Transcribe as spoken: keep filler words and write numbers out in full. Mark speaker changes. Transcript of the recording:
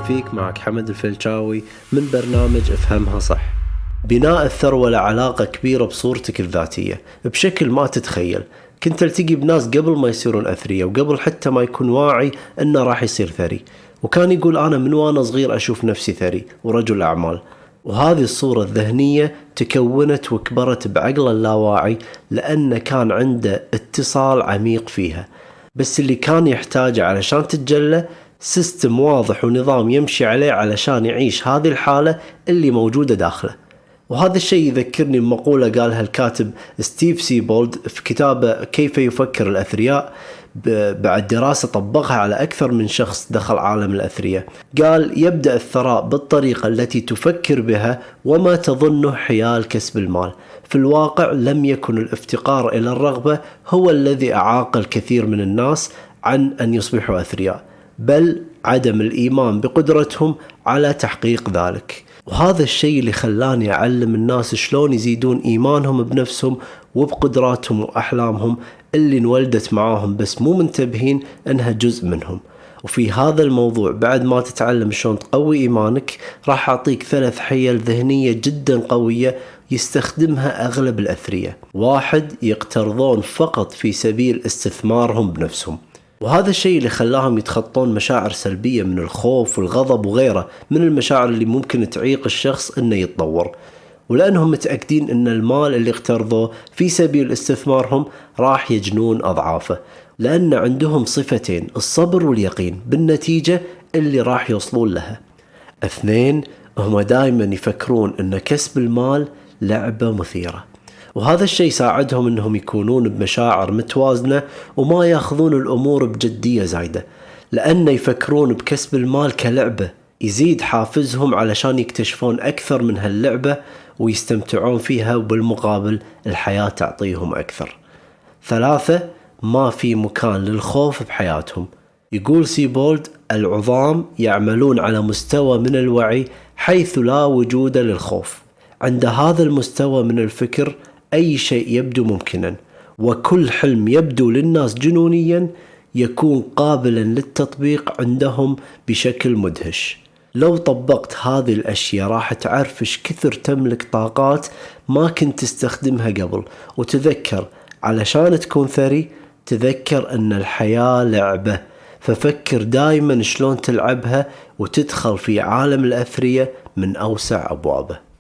Speaker 1: فيك. معك حمد الفلشاوي من برنامج افهمها صح. بناء الثروة له علاقة كبيرة بصورتك الذاتية بشكل ما تتخيل. كنت التقي بناس قبل ما يصيرون أثرياء وقبل حتى ما يكون واعي انه راح يصير ثري، وكان يقول انا من وانا صغير اشوف نفسي ثري ورجل اعمال. وهذه الصورة الذهنية تكونت وكبرت بعقله اللاواعي لأنه كان عنده اتصال عميق فيها، بس اللي كان يحتاجه علشان تتجلى سيستم واضح ونظام يمشي عليه علشان يعيش هذه الحالة اللي موجودة داخله. وهذا الشيء يذكرني بمقولة قالها الكاتب ستيف سيبولد في كتابه كيف يفكر الأثرياء بعد دراسة طبقها على أكثر من شخص دخل عالم الأثرياء. قال يبدأ الثراء بالطريقة التي تفكر بها وما تظنه حيال كسب المال. في الواقع لم يكن الافتقار إلى الرغبة هو الذي أعاق الكثير من الناس عن أن يصبحوا أثرياء، بل عدم الإيمان بقدرتهم على تحقيق ذلك. وهذا الشيء اللي خلاني أعلم الناس شلون يزيدون إيمانهم بنفسهم وبقدراتهم وأحلامهم اللي انولدت معاهم بس مو منتبهين أنها جزء منهم. وفي هذا الموضوع بعد ما تتعلم شلون تقوي إيمانك راح أعطيك ثلاث حيل ذهنية جدا قوية يستخدمها أغلب الأثرياء. واحد، يقترضون فقط في سبيل استثمارهم بنفسهم، وهذا الشيء اللي خلاهم يتخطون مشاعر سلبية من الخوف والغضب وغيره من المشاعر اللي ممكن تعيق الشخص انه يتطور. ولأنهم متأكدين ان المال اللي اقترضوه في سبيل استثمارهم راح يجنون أضعافه، لأن عندهم صفتين، الصبر واليقين بالنتيجة اللي راح يوصلون لها. اثنين، هم دائما يفكرون ان كسب المال لعبة مثيرة، وهذا الشيء ساعدهم انهم يكونون بمشاعر متوازنة وما ياخذون الامور بجدية زايدة، لأن يفكرون بكسب المال كلعبة يزيد حافزهم علشان يكتشفون اكثر من هاللعبة ويستمتعون فيها، وبالمقابل الحياة تعطيهم اكثر. ثلاثة، ما في مكان للخوف بحياتهم. يقول سيبولد العظام يعملون على مستوى من الوعي حيث لا وجود للخوف. عند هذا المستوى من الفكر أي شيء يبدو ممكنا، وكل حلم يبدو للناس جنونيا يكون قابلا للتطبيق عندهم بشكل مدهش. لو طبقت هذه الأشياء راح تعرف إيش كثر تملك طاقات ما كنت تستخدمها قبل. وتذكر علشان تكون ثري تذكر أن الحياة لعبة، ففكر دايما شلون تلعبها وتدخل في عالم الأثرياء من أوسع أبوابه.